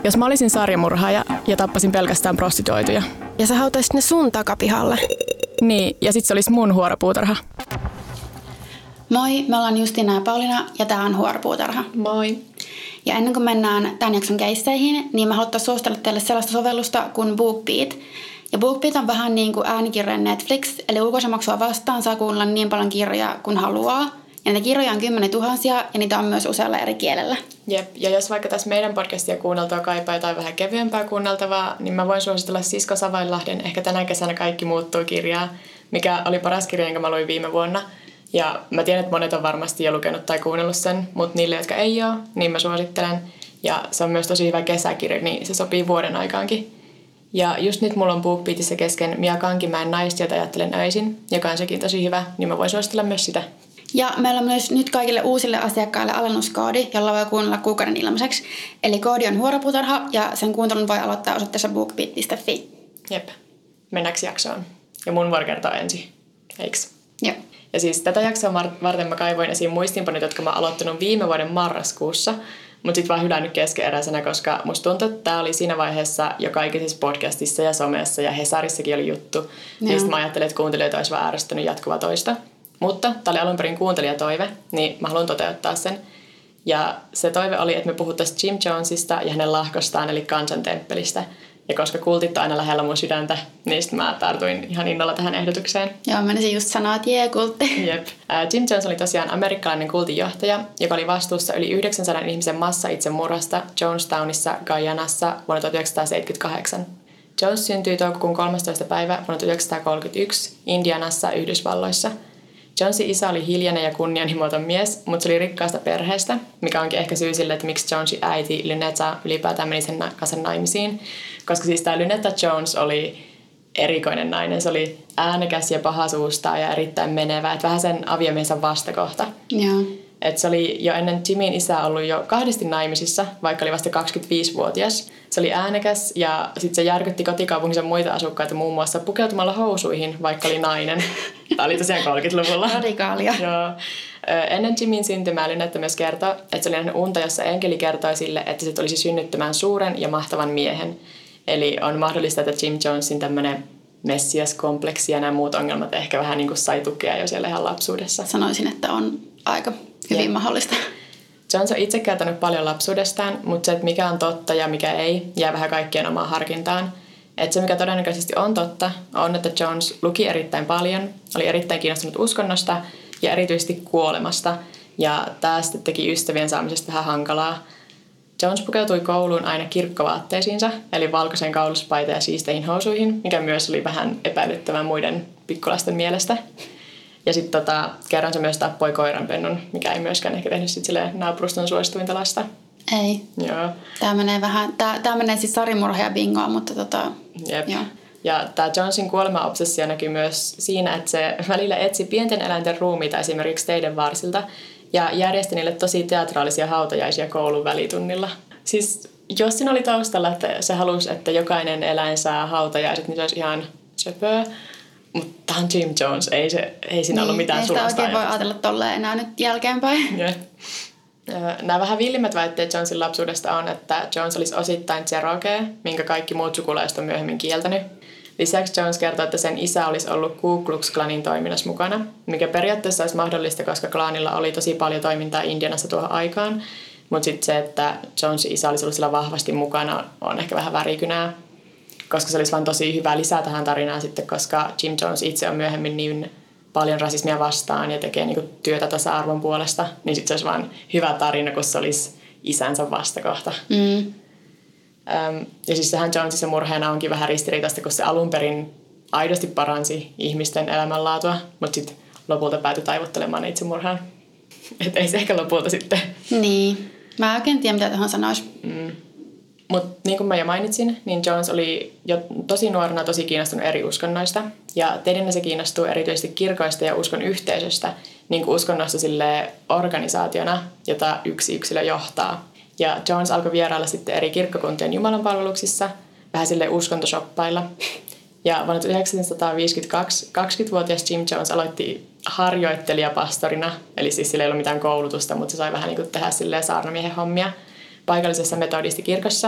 jos mä olisin sarjamurhaaja ja tappasin pelkästään prostituoituja. Ja sä hautaisit ne sun takapihalle. Niin, ja sit se olisi mun huoropuutarha. Moi, me ollaan Justiina ja Pauliina ja tää on Huoropuutarha. Moi. Ja ennen kuin mennään tämän jakson keisseihin, niin mä haluttaisiin suositella teille sellaista sovellusta kuin BookBeat. Ja BookBeat on vähän niin kuin äänikirjojen Netflix, eli ulkoisemaksua vastaan saa kuunnella niin paljon kirjoja kuin haluaa. Ja niitä kirjoja on 10 000 ja niitä on myös usealla eri kielellä. Jep, ja jos vaikka tässä meidän podcastia kuunneltua kaipaa jotain vähän kevyempää kuunneltavaa, niin mä voin suositella Sisko Savainlahden Ehkä tänä kesänä kaikki muuttuu -kirjaa, mikä oli paras kirja, jonka mä luin viime vuonna. Ja mä tiedän, että monet on varmasti jo lukenut tai kuunnellut sen, mutta niille, jotka ei ole, niin mä suosittelen. Ja se on myös tosi hyvä kesäkirja, niin se sopii vuoden aikaankin. Ja just nyt mulla on BookBeatissä kesken Mia Kankimäen Naista, jota ajattelen öisin, joka on sekin tosi hyvä, niin mä voin suositella myös sitä. Ja meillä on myös nyt kaikille uusille asiakkaille alennuskoodi, jolla voi kuunnella kuukauden ilmaiseksi. Eli koodi on Huoropuutarha ja sen kuuntelun voi aloittaa osoitteessa bookbeat.fi. Jep. Mennäänkö jaksoon? Ja mun vuoro kertoo ensin. Eiks? Joo. Ja siis tätä jaksoa varten mä kaivoin esiin muistiinpanot, jotka mä oon aloittanut viime vuoden marraskuussa, mutta sit vaan hylännyt keskeneräisenä, koska musta tuntuu, että tää oli siinä vaiheessa jo kaikissa podcastissa ja somessa ja Hesarissakin oli juttu. Ja sit mä ajattelin, että kuuntelijoita olisi vaan ärsyttänyt jatkuva toista. Mutta tää oli alun perin kuuntelijatoive, niin mä haluan toteuttaa sen. Ja se toive oli, että me puhuttaisiin Jim Jonesista ja hänen lahkostaan, eli Kansantemppelistä. Ja koska kultit on aina lähellä mun sydäntä, niin sit mä tartuin ihan innolla tähän ehdotukseen. Joo, menisin just sanoa, että kultti. Jep. Jim Jones oli tosiaan amerikkalainen kultinjohtaja, joka oli vastuussa yli 900 ihmisen massa-itsemurhasta Jonestownissa, Guyanassa vuonna 1978. Jones syntyi toukokuun 13. päivä vuonna 1931 Indianassa, Yhdysvalloissa. Jonesin isä oli hiljainen ja kunnianhimoton mies, mutta se oli rikkaasta perheestä, mikä onkin ehkä syy sille, että miksi Jonesin äiti Lynetta ylipäätään meni sen kanssa naimisiin. Koska siis tämä Lynetta Jones oli erikoinen nainen. Se oli äänekäs ja pahasuustaa ja erittäin menevä, että vähän sen aviomiehensä vastakohta. Joo. Et se oli jo ennen Jimin isää ollut jo 2 naimisissa, vaikka oli vasta 25-vuotias. Se oli äänekäs ja sitten se järkytti kotikaupunkinsa muita asukkaita muun muassa pukeutumalla housuihin, vaikka oli nainen. Tämä oli tosiaan 30-luvulla. Radikaalia. Joo. Ennen Jimin syntymää Lynetta myös kertoi, että se oli nähnyt unta, jossa enkeli kertoi sille, että se tulisi synnyttämään suuren ja mahtavan miehen. Eli on mahdollista, että Jim Jonesin tämmöinen messiaskompleksi ja nämä muut ongelmat ehkä vähän niin kuin sai tukea jo siellä ihan lapsuudessa. Sanoisin, että on aika hyvin mahdollista. Jones on itse kertonut paljon lapsuudestaan, mutta se, että mikä on totta ja mikä ei, jää vähän kaikkien omaan harkintaan. Että se, mikä todennäköisesti on totta, on, että Jones luki erittäin paljon, oli erittäin kiinnostunut uskonnosta ja erityisesti kuolemasta. Ja tämä sitten teki ystävien saamisesta vähän hankalaa. Jones pukeutui kouluun aina kirkkovaatteisiinsa, eli valkoisen kauluspaita ja siisteihin housuihin, mikä myös oli vähän epäilyttävää muiden pikkulasten mielestä. Ja sitten kerran se myös tappoi koiranpennun, mikä ei myöskään ehkä tehnyt sitten silleen naapuruston suosituinta lasta. Ei. Joo. Tämä menee siis sarimurha ja bingoa, mutta Jep. Joo. Ja tämä Jonesin kuolema-obsessio näkyy myös siinä, että se välillä etsi pienten eläinten ruumiita esimerkiksi teiden varsilta ja järjesti niille tosi teatraalisia hautajaisia koulun välitunnilla. Siis jos siinä oli taustalla, että se halusi, että jokainen eläin saa hautajaiset, niin se olisi ihan söpöä. Mutta tämä on Jim Jones, ei siinä ollut mitään sulasta. Ei sitä oikein voi ajatella tolleen enää nyt jälkeenpäin. Yeah. Nämä vähän villimmät väitteet Jonesin lapsuudesta on, että Jones olisi osittain Cherokee, minkä kaikki muut sukulaiset on myöhemmin kieltänyt. Lisäksi Jones kertoo, että sen isä olisi ollut Ku Klux Klanin toiminnassa mukana, mikä periaatteessa olisi mahdollista, koska klaanilla oli tosi paljon toimintaa Indianassa tuohon aikaan. Mutta sitten se, että Jonesin isä olisi ollut sillä vahvasti mukana, on ehkä vähän värikynää, koska se olisi vaan tosi hyvä lisää tähän tarinaan sitten, koska Jim Jones itse on myöhemmin niin paljon rasismia vastaan ja tekee niinku työtä tasa-arvon puolesta, niin sitten se olisi vaan hyvä tarina, kun se olisi isänsä vastakohta. Ja siis sehän Jonesissa murheena onkin vähän ristiriitaista, kun se alun perin aidosti paransi ihmisten elämänlaatua, mutta sitten lopulta päätyi taivuttelemaan itsemurhaan. Että ei se ehkä lopulta sitten. Niin. Mä en oikein tiedä, mitä tähän sanoisi. Mutta niin kuin mä jo mainitsin, niin Jones oli jo tosi nuorena tosi kiinnostunut eri uskonnoista. Ja teininä se kiinnostuu erityisesti kirkoista ja uskon yhteisöstä, niin kuin uskonnosta silleen organisaationa, jota yksi yksilö johtaa. Ja Jones alkoi vierailla sitten eri kirkkokuntien jumalanpalveluksissa, vähän silleen uskontoshoppailla. Ja vuonna 1952 20-vuotias Jim Jones aloitti harjoittelijapastorina, eli siis sillä ei ollut mitään koulutusta, mutta se sai vähän niin kuin tehdä silleen saarnamiehen hommia paikallisessa metodistikirkossa,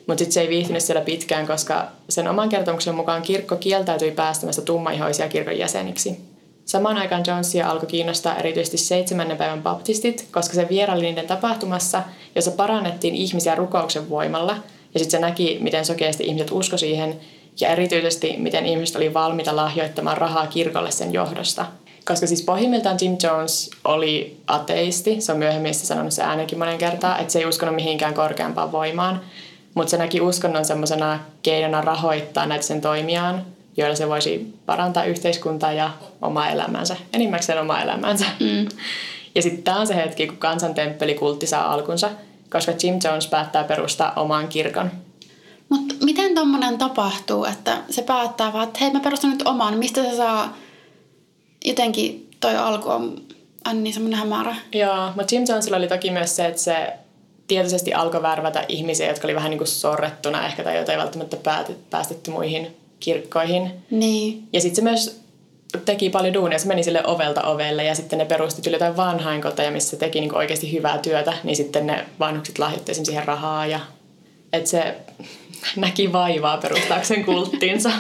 Mutta sitten se ei viihtynyt siellä pitkään, koska sen oman kertomuksen mukaan kirkko kieltäytyi päästämästä tummaihoisia kirkon jäseniksi. Samaan aikaan Jonesia alkoi kiinnostaa erityisesti 7. päivän baptistit, koska se vieraili niiden tapahtumassa, jossa parannettiin ihmisiä rukouksen voimalla. Ja sitten se näki, miten sokeasti ihmiset usko siihen, ja erityisesti, miten ihmiset oli valmiita lahjoittamaan rahaa kirkolle sen johdosta. Koska siis pohjimmiltaan Jim Jones oli ateisti, se on myöhemmin sanonut se äänenkin monen kertaa, että se ei uskonut mihinkään korkeampaan voimaan. Mutta se näki uskonnon semmoisena keinona rahoittaa näitä sen toimiaan, joilla se voisi parantaa yhteiskuntaa ja omaa elämäänsä, enimmäkseen omaa elämäänsä. Ja sitten tämä on se hetki, kun kansantemppelikultti saa alkunsa, koska Jim Jones päättää perustaa oman kirkon. Mutta miten tommonen tapahtuu, että se päättää vaan, että hei mä perustan nyt oman, mistä se saa jotenkin toi alku on aina niin semmoinen hämärä. Joo, mutta Jim Jonesilla oli toki myös se, että se tietoisesti alkoi värvätä ihmisiä, jotka oli vähän niin kuin sorrettuna ehkä tai joita ei välttämättä päästetty muihin kirkkoihin. Niin. Ja sitten se myös teki paljon duunia. Se meni sille ovelta ovelle ja sitten ne perusti jotain vanhainkoteja, missä se teki niin kuin oikeasti hyvää työtä. Niin sitten ne vanhukset lahjoitti siihen rahaa ja että se näki vaivaa perustaakseen kulttiinsa.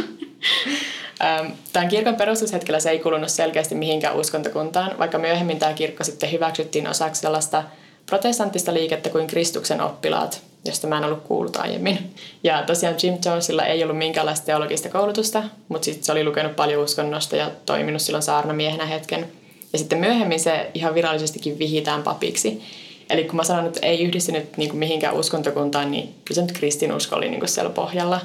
Tämän kirkon perustushetkellä se ei kulunut selkeästi mihinkään uskontokuntaan, vaikka myöhemmin tämä kirkko sitten hyväksyttiin osaksi sellaista protestanttista liikettä kuin Kristuksen oppilaat, josta mä en ollut kuullut aiemmin. Ja tosiaan Jim Jonesilla ei ollut minkäänlaista teologista koulutusta, mutta sitten se oli lukenut paljon uskonnosta ja toiminut silloin saarnamiehenä hetken. Ja sitten myöhemmin se ihan virallisestikin vihitään papiksi. Eli kun mä sanon, että ei yhdistynyt niin kuin mihinkään uskontokuntaan, niin kyllä se nyt kristinusko oli niin kuin siellä pohjalla.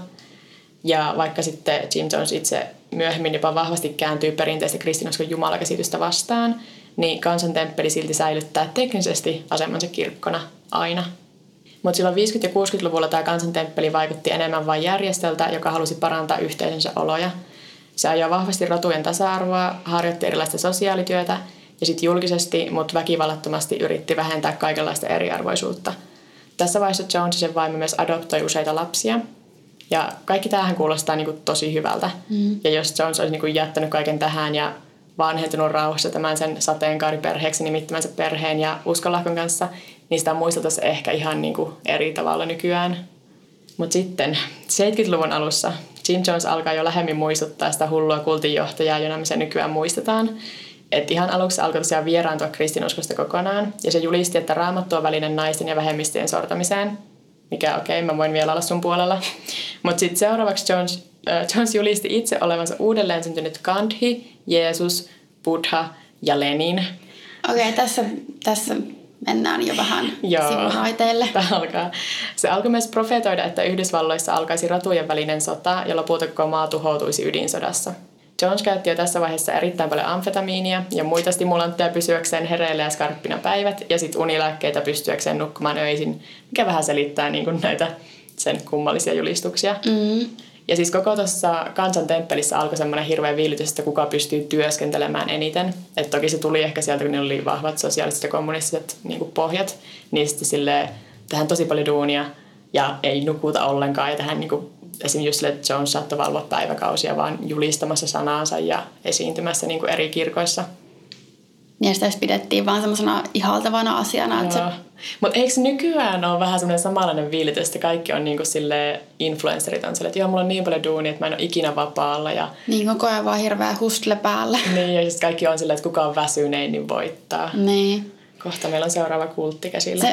Ja vaikka sitten Jim Jones itse myöhemmin jopa vahvasti kääntyy perinteistä kristinuskon jumalakäsitystä vastaan, niin kansantemppeli silti säilyttää teknisesti asemansa kirkkona aina. Mutta silloin 50- ja 60-luvulla tämä kansantemppeli vaikutti enemmän vain järjestöltä, joka halusi parantaa yhteisönsä oloja. Se ajoi vahvasti rotujen tasa-arvoa, harjoitti erilaista sosiaalityötä ja sitten julkisesti, mutta väkivallattomasti yritti vähentää kaikenlaista eriarvoisuutta. Tässä vaiheessa Jones ja sen vaimo myös adoptoi useita lapsia. Ja kaikki tämähän kuulostaa niin kuin tosi hyvältä. Ja jos Jones olisi niin kuin jättänyt kaiken tähän ja vanhentunut rauhassa tämän sen sateenkaariperheeksi nimittämänsä perheen ja uskonlahkon kanssa, niin sitä muisteltaisiin ehkä ihan niin kuin eri tavalla nykyään. Mutta sitten 70-luvun alussa Jim Jones alkaa jo lähemmin muistuttaa sitä hullua kultinjohtajaa, jona me se nykyään muistetaan. Että ihan aluksi alkoi tosiaan vieraantua kristinuskosta kokonaan, ja se julisti, että Raamattu on väline naisten ja vähemmistöjen sortamiseen, mikä okei, mä voin vielä olla sun puolella. Mutta sitten seuraavaksi Jones julisti itse olevansa uudelleen syntynyt Gandhi, Jeesus, Buddha ja Lenin. Okei, tässä mennään jo vähän sivuraiteille. Tämä alkaa. Se alkoi myös profetoida, että Yhdysvalloissa alkaisi rotujen välinen sota ja lopulta koko maa tuhoutuisi ydinsodassa. Jones käytti jo tässä vaiheessa erittäin paljon amfetamiinia ja muita stimulantteja pysyäkseen hereillä ja skarppina päivät ja sitten unilääkkeitä pystyäkseen nukkumaan öisin, mikä vähän selittää niin kuin näitä sen kummallisia julistuksia. Ja siis koko tuossa kansantemppelissä alkoi semmoinen hirveä viilytys, että kuka pystyy työskentelemään eniten. Että toki se tuli ehkä sieltä, kun niillä oli vahvat sosiaaliset ja kommunistiset niin kuin pohjat, niin sitten silleen tehdään tosi paljon duunia ja ei nukuta ollenkaan ja tähän niin kuin esimerkiksi just sille, että Jones saattoi valvoa päiväkausia vaan julistamassa sanaansa ja esiintymässä niin kuin eri kirkoissa. Ja sitä pidettiin vaan semmoisena ihaltavana asiana. Että mutta eikö nykyään ole vähän semmoinen samanlainen viilitys, että kaikki on niin kuin silleen influencerit on silleen, että joo, mulla on niin paljon duunia, että mä en ole ikinä vapaalla. Ja niin koko ajan vaan hirveä hustle päällä. Niin, ja siis kaikki on silleen, että kuka on väsynein, niin voittaa. Niin. Kohta meillä on seuraava kultti käsillä.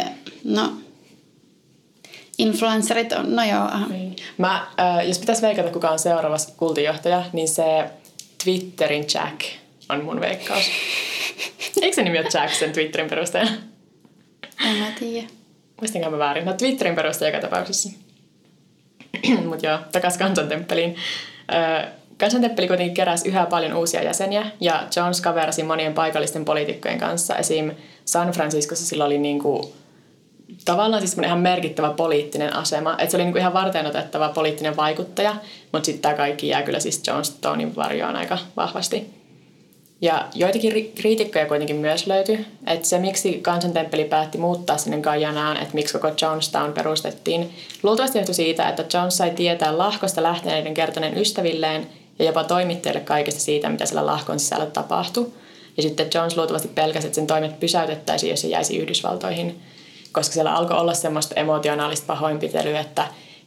Influencerit on, no joo. Niin. Jos pitäisi veikata, kuka on seuraava kultinjohtaja, niin se Twitterin Jack on mun veikkaus. Eikö se nimi ole Jack sen Twitterin perustaja? En mä tiedä. Muistinkaan mä väärin. No Twitterin perustaja joka tapauksessa. Mut joo, takaisin kansantemppeliin. Kansantemppeli kuitenkin keräsi yhä paljon uusia jäseniä ja Jones kaverasi monien paikallisten poliitikkojen kanssa. Esim. San Franciscossa sillä oli niinku tavallaan siis ihan merkittävä poliittinen asema. Että se oli niinku ihan varteenotettava poliittinen vaikuttaja, mutta sitten tämä kaikki jää kyllä siis Jonestownin varjoon aika vahvasti. Ja joitakin kriitikkoja kuitenkin myös löytyi, että se miksi kansantemppeli päätti muuttaa sinne Gajanaan, että miksi koko Jonestown perustettiin, luultavasti johtui siitä, että Jones sai tietää lahkosta lähteneiden kertoneen ystävilleen ja jopa toimittajille kaikesta siitä, mitä siellä lahkon sisällä tapahtui. Ja sitten Jones luultavasti pelkäsi, että sen toimet pysäytettäisiin, jos se jäisi Yhdysvaltoihin, koska siellä alkoi olla semmoista emotionaalista pahoinpitelyä, että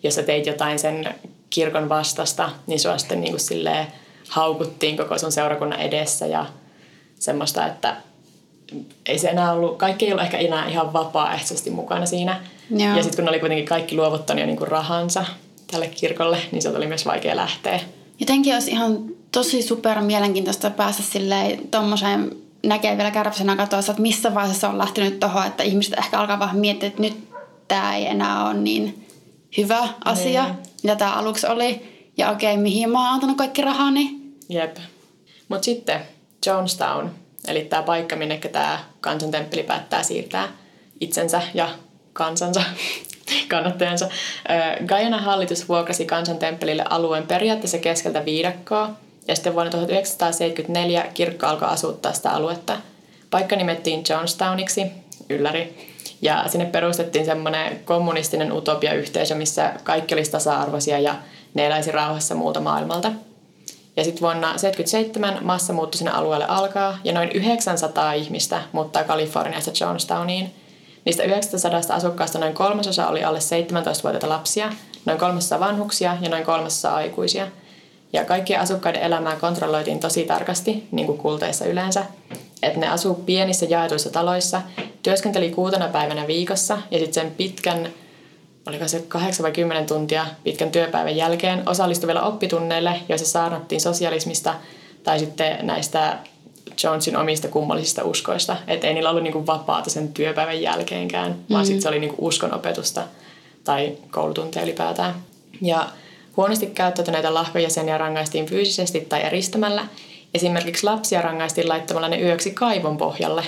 jos sä teit jotain sen kirkon vastasta, niin sua sitten niin kuin silleen haukuttiin koko sun seurakunnan edessä ja semmoista, että ei se enää ollut, kaikki ei ollut ehkä enää ihan vapaaehtoisesti mukana siinä. Joo. Ja sitten kun ne oli kuitenkin kaikki luovuttanut jo niin kuin rahansa tälle kirkolle, niin se oli myös vaikea lähteä. Jotenkin olisi ihan tosi super mielenkiintoista päästä silleen tommoseen näkee vielä kärpäsenä katossa, että missä vaiheessa on lähtenyt tohon, että ihmiset ehkä alkaa vähän miettiä, että nyt tämä ei enää ole niin hyvä asia, mitä tämä aluksi oli. Ja okei, mihin mä oon antanut kaikki rahani. Jep. Mutta sitten Jonestown, eli tämä paikka, minne tämä kansantemppeli päättää siirtää itsensä ja kansansa, kannattajansa. Gajanan hallitus vuokrasi kansantemppelille alueen periaatteessa keskeltä viidakkoa, ja sitten vuonna 1974 kirkko alkoi asuttaa sitä aluetta. Paikka nimettiin Jonestowniksi, ylläri, ja sinne perustettiin semmoinen kommunistinen utopiayhteisö, missä kaikki olisi tasa-arvoisia ja ne eläisi rauhassa muulta maailmalta. Ja sitten vuonna 1977 massamuutto sinne alueelle alkaa, ja noin 900 ihmistä muuttaa Kaliforniasta Jonestowniin. Niistä 900 asukkaasta noin 3/3 oli alle 17-vuotiaita lapsia, noin 3/3 vanhuksia ja noin 3/3 aikuisia. Ja kaikkien asukkaiden elämää kontrolloitiin tosi tarkasti, niin kuin kulteissa yleensä, että ne asuu pienissä jaetuissa taloissa, työskenteli 6 päivänä viikossa ja sitten sen pitkän, oliko se 8 vai 10 tuntia pitkän työpäivän jälkeen osallistui vielä oppitunneille, joissa saarnattiin sosialismista tai sitten näistä Jonesin omista kummallisista uskoista. Että ei niillä ollut niinku vapaata sen työpäivän jälkeenkään, vaan sitten se oli niinku uskonopetusta tai koulutuntia ylipäätään. Ja huonosti käyttäytyneitä lahkojäseniä rangaistiin fyysisesti tai eristämällä. Esimerkiksi lapsia rangaistiin laittamalla ne yöksi kaivon pohjalle.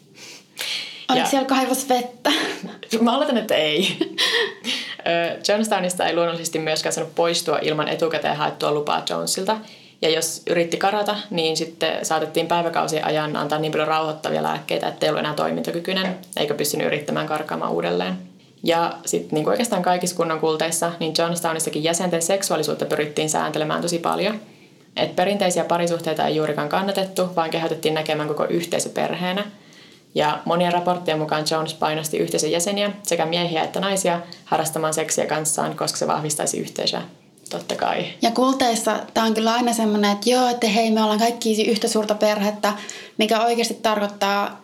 Oliko siellä kaivos vettä? Mä oletan, että ei. Jonestownista ei luonnollisesti myöskään saanut poistua ilman etukäteen haettua lupaa Jonesilta. Ja jos yritti karata, niin sitten saatettiin päiväkausien ajan antaa niin paljon rauhoittavia lääkkeitä, ettei ollut enää toimintakykyinen, eikä pystynyt yrittämään karkaamaan uudelleen. Ja sitten niin kuin oikeastaan kaikissa kunnon kulteissa, niin Jonestownissakin jäsenten seksuaalisuutta pyrittiin sääntelemään tosi paljon. Et perinteisiä parisuhteita ei juurikaan kannatettu, vaan kehotettiin näkemään koko yhteisö perheenä. Ja monien raporttien mukaan Jones painosti yhteisön jäseniä, sekä miehiä että naisia, harrastamaan seksiä kanssaan, koska se vahvistaisi yhteisöä. Totta kai. Ja kulteissa tämä on kyllä aina semmoinen, että joo, että hei, me ollaan kaikki yhtä suurta perhettä, mikä oikeasti tarkoittaa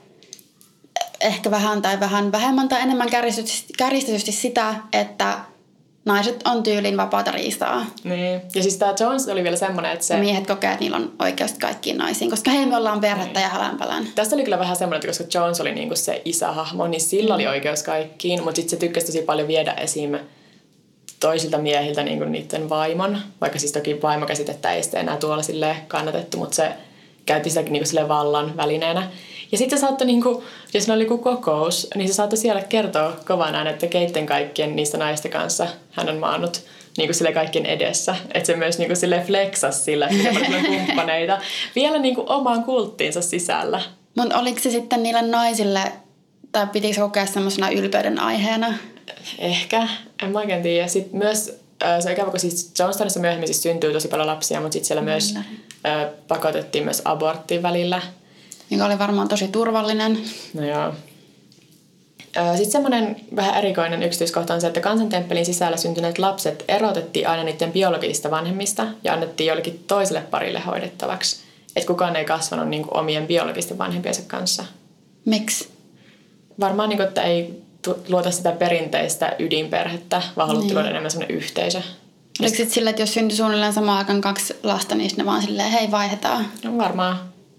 ehkä vähän tai vähän vähemmän tai enemmän kärjistetysti sitä, että naiset on tyylin vapaata riistaa. Niin. Ja siis tämä Jones oli vielä semmoinen, että se... Miehet kokee, että niillä on oikeus kaikkiin naisiin, koska hei, me ollaan perhettä ja hälänpälän. Tästä oli kyllä vähän semmoinen, että koska Jones oli niinku se isähahmo, niin sillä oli oikeus kaikkiin, mutta sitten se tykkäsi tosi paljon viedä esim. Toisilta miehiltä niinku niiden vaimon, vaikka siis toki vaimokäsitettä ei sitten enää tuolla silleen kannatettu, mutta se käytti sitäkin niinku silleen vallan välineenä. Ja sitten se saattoi, niinku, jos ne oli joku kokous, niin se saattoi siellä kertoa kovan äänen, että keitten kaikkien niistä naisten kanssa hän on maannut niinku sille kaikkien edessä. Että se myös niinku sille flexasi sillä, että oli kumppaneita vielä niinku omaan kulttiinsa sisällä. Mutta oliko se sitten niille naisille, tai pitikö se kokea semmoisena ylpeyden aiheena? Ehkä, en mä oikein tiedä. Sitten myös se on ikävä, kun siis Jonestownissa myöhemmin siis syntyy tosi paljon lapsia, mutta sitten siellä myös pakotettiin myös aborttiin välillä. Joka oli varmaan tosi turvallinen. No joo. Sitten semmoinen vähän erikoinen yksityiskohta on se, että kansantemppelin sisällä syntyneet lapset erotettiin aina niiden biologisista vanhemmista ja annettiin jollekin toiselle parille hoidettavaksi. Että kukaan ei kasvanut niin kuin omien biologisten vanhempiensa kanssa. Miksi? Varmaan, niin kuin, että ei luota sitä perinteistä ydinperhettä, vaan haluttiin luoda enemmän semmoinen yhteisö. Oliko sitten sillä, että jos syntyi suunnilleen samaan aikaan 2 lasta, niin ne vaan silleen, hei, vaihdetaan? No varmaan.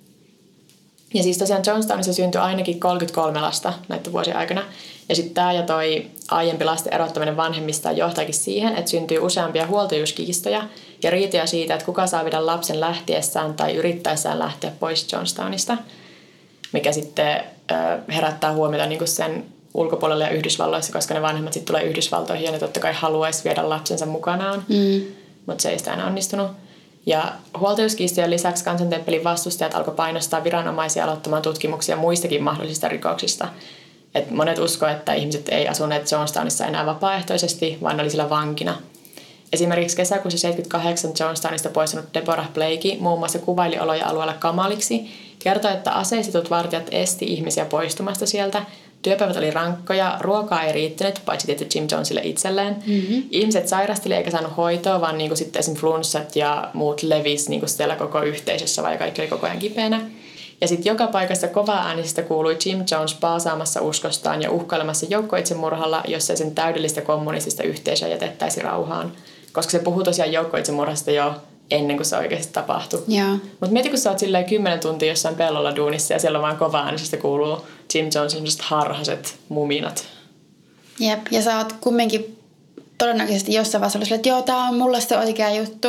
Ja siis tosiaan Jonestownissa syntyi ainakin 33 lasta näiden vuosien aikana. Ja sitten tämä ja toi aiempi lasten erottaminen vanhemmistaan johtaakin siihen, että syntyy useampia huoltajuuskiistoja ja riitoja siitä, että kuka saa viedä lapsen lähtiessään tai yrittäessään lähteä pois Jonetownista, mikä sitten herättää huomiota niin kuin sen ulkopuolella ja Yhdysvalloissa, koska ne vanhemmat sitten tulee Yhdysvaltoihin ja ne totta kai haluaisi viedä lapsensa mukanaan, mutta se ei sitä enää onnistunut. Ja huoltajuuskiistojen lisäksi kansantemppelin vastustajat alkoi painostaa viranomaisia aloittamaan tutkimuksia muistakin mahdollisista rikoksista. Et monet uskoivat, että ihmiset ei asuneet Jonestownissa enää vapaaehtoisesti, vaan oli siellä vankina. Esimerkiksi kesäkuussa 1978 Jonetownista poistunut Deborah Blakey muun muassa kuvaili oloja alueella kamaliksi, kertoi, että aseistetut vartijat esti ihmisiä poistumasta sieltä, Työpäivät oli rankkoja, ruokaa ei riittänyt, paitsi tietysti Jim Jonesille itselleen. Ihmiset sairasteli eikä saanut hoitoa, vaan niin kuin sitten esim. Flunssat ja muut levisi niin kuin siellä koko yhteisössä, vai kaikki oli koko ajan kipeänä. Ja sitten joka paikassa kovaa äänisistä kuului Jim Jones paasaamassa uskostaan ja uhkailemassa joukkoitsemurhalla, jos ei sen täydellistä kommunistista yhteisöä jätettäisi rauhaan. Koska se puhuu tosiaan joukkoitsemurhasta jo ennen kuin se oikeasti tapahtui. Mutta mieti, kun sä oot 10 tuntia jossain pellolla duunissa ja siellä vaan kovaa äänisistä kuuluu Jim Jonesin sellaiset harhaset muminat. Jep, ja sä oot kumminkin todennäköisesti jossain vaiheessa ollut, että joo, tää on mulle se oikea juttu.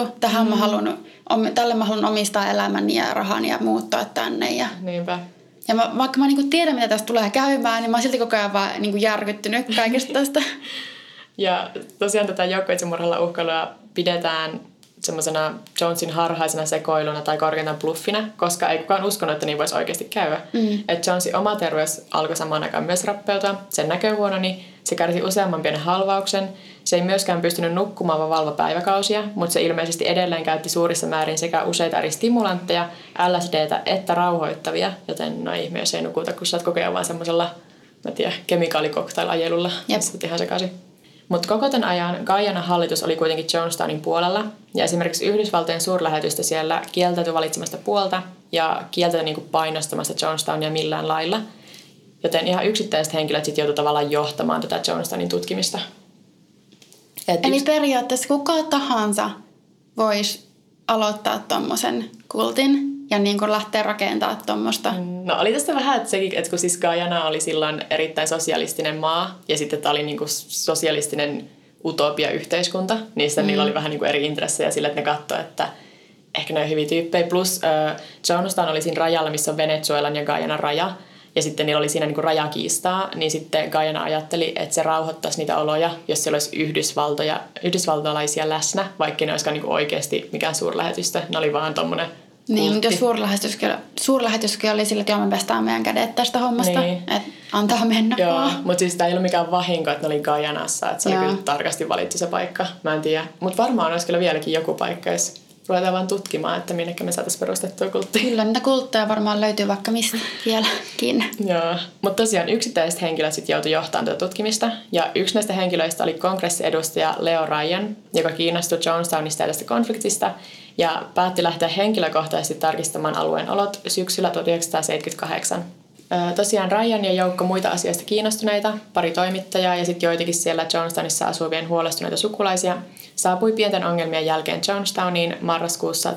Tälle mä haluan omistaa elämäni ja rahan ja muuttaa tänne. Niinpä. Ja vaikka mä niinku tiedän, mitä tästä tulee käymään, niin mä oon silti koko ajan vaan niinku järkyttynyt kaikesta tästä. Ja tosiaan tätä joukkoitsemurhalla uhkailua pidetään semmoisena Jonesin harhaisena sekoiluna tai korkeintaan bluffina, koska ei kukaan uskonut, että niin voisi oikeasti käydä. Että Jonesin oma terveys alkoi samaan aikaan myös rappeutua, sen näkö huononi, se kärsi useamman pienen halvauksen, se ei myöskään pystynyt nukkumaan vaan valvopäiväkausia, mutta se ilmeisesti edelleen käytti suurissa määrin sekä useita eri stimulantteja, LSDtä että rauhoittavia, joten no ihme, jos ei nukuta, kun sä oot koko ajan vaan semmoisella, kemikaalikoktail-ajelulla, missä oot ihan sekaisin. Mutta koko tämän ajan Guyanan hallitus oli kuitenkin Jonestownin puolella, ja esimerkiksi Yhdysvaltojen suurlähetystä siellä kieltäytyi valitsemasta puolta ja kieltäytyi niinku painostamasta Jonestownia millään lailla. Joten ihan yksittäiset henkilöt sitten joutuivat tavallaan johtamaan tätä Jonestownin tutkimista. Eli periaatteessa kuka tahansa voisi aloittaa tommosen kultin ja niin kuin lähteä rakentamaan tuommoista. No oli tästä vähän, että sekin, että kun siis Guyana oli silloin erittäin sosialistinen maa ja sitten tämä oli niin kuin sosialistinen utopia-yhteiskunta, niistä niillä oli vähän niin kuin eri intressejä sillä, että ne katsoi, että ehkä ne on hyviä tyyppejä. Plus Jonestown oli siinä rajalla, missä on Venezuelan ja Guyanan raja. Ja sitten niillä oli siinä niin kuin rajakiistaa, niin sitten Guyana ajatteli, että se rauhoittaisi niitä oloja, jos siellä olisi yhdysvaltalaisia läsnä, vaikka ne olisikaan niin kuin oikeasti mikään suurlähetystä. Ne oli vaan tommoinen niin, mutta jos suurlähetyskin oli sillä, että me pestään meidän kädet tästä hommasta, niin. Että antaa mennä joo, vaan. Mutta siis tämä ei ollut mikään vahinko, että ne oli Guyanassa, että se oli kyllä tarkasti valittu se paikka. Mä en tiedä, mutta varmaan olisi kyllä vieläkin joku paikka, jos ruvetaan vaan tutkimaan, että minnekä me saataisiin perustettua kulttia. Kyllä, niitä kultteja varmaan löytyy vaikka mistä vieläkin. Joo, mutta tosiaan yksittäiset henkilöt sitten joutui johtamaan tätä tutkimista. Ja yksi näistä henkilöistä oli kongressiedustaja Leo Ryan, joka kiinnostui Jonestownista ja tästä konfliktista. Ja päätti lähteä henkilökohtaisesti tarkistamaan alueen olot syksyllä 1978. Tosiaan Ryan ja joukko muita asioista kiinnostuneita, pari toimittajaa ja sitten joitakin siellä Jonestownissa asuvien huolestuneita sukulaisia saapui pienten ongelmien jälkeen Jonestowniin marraskuussa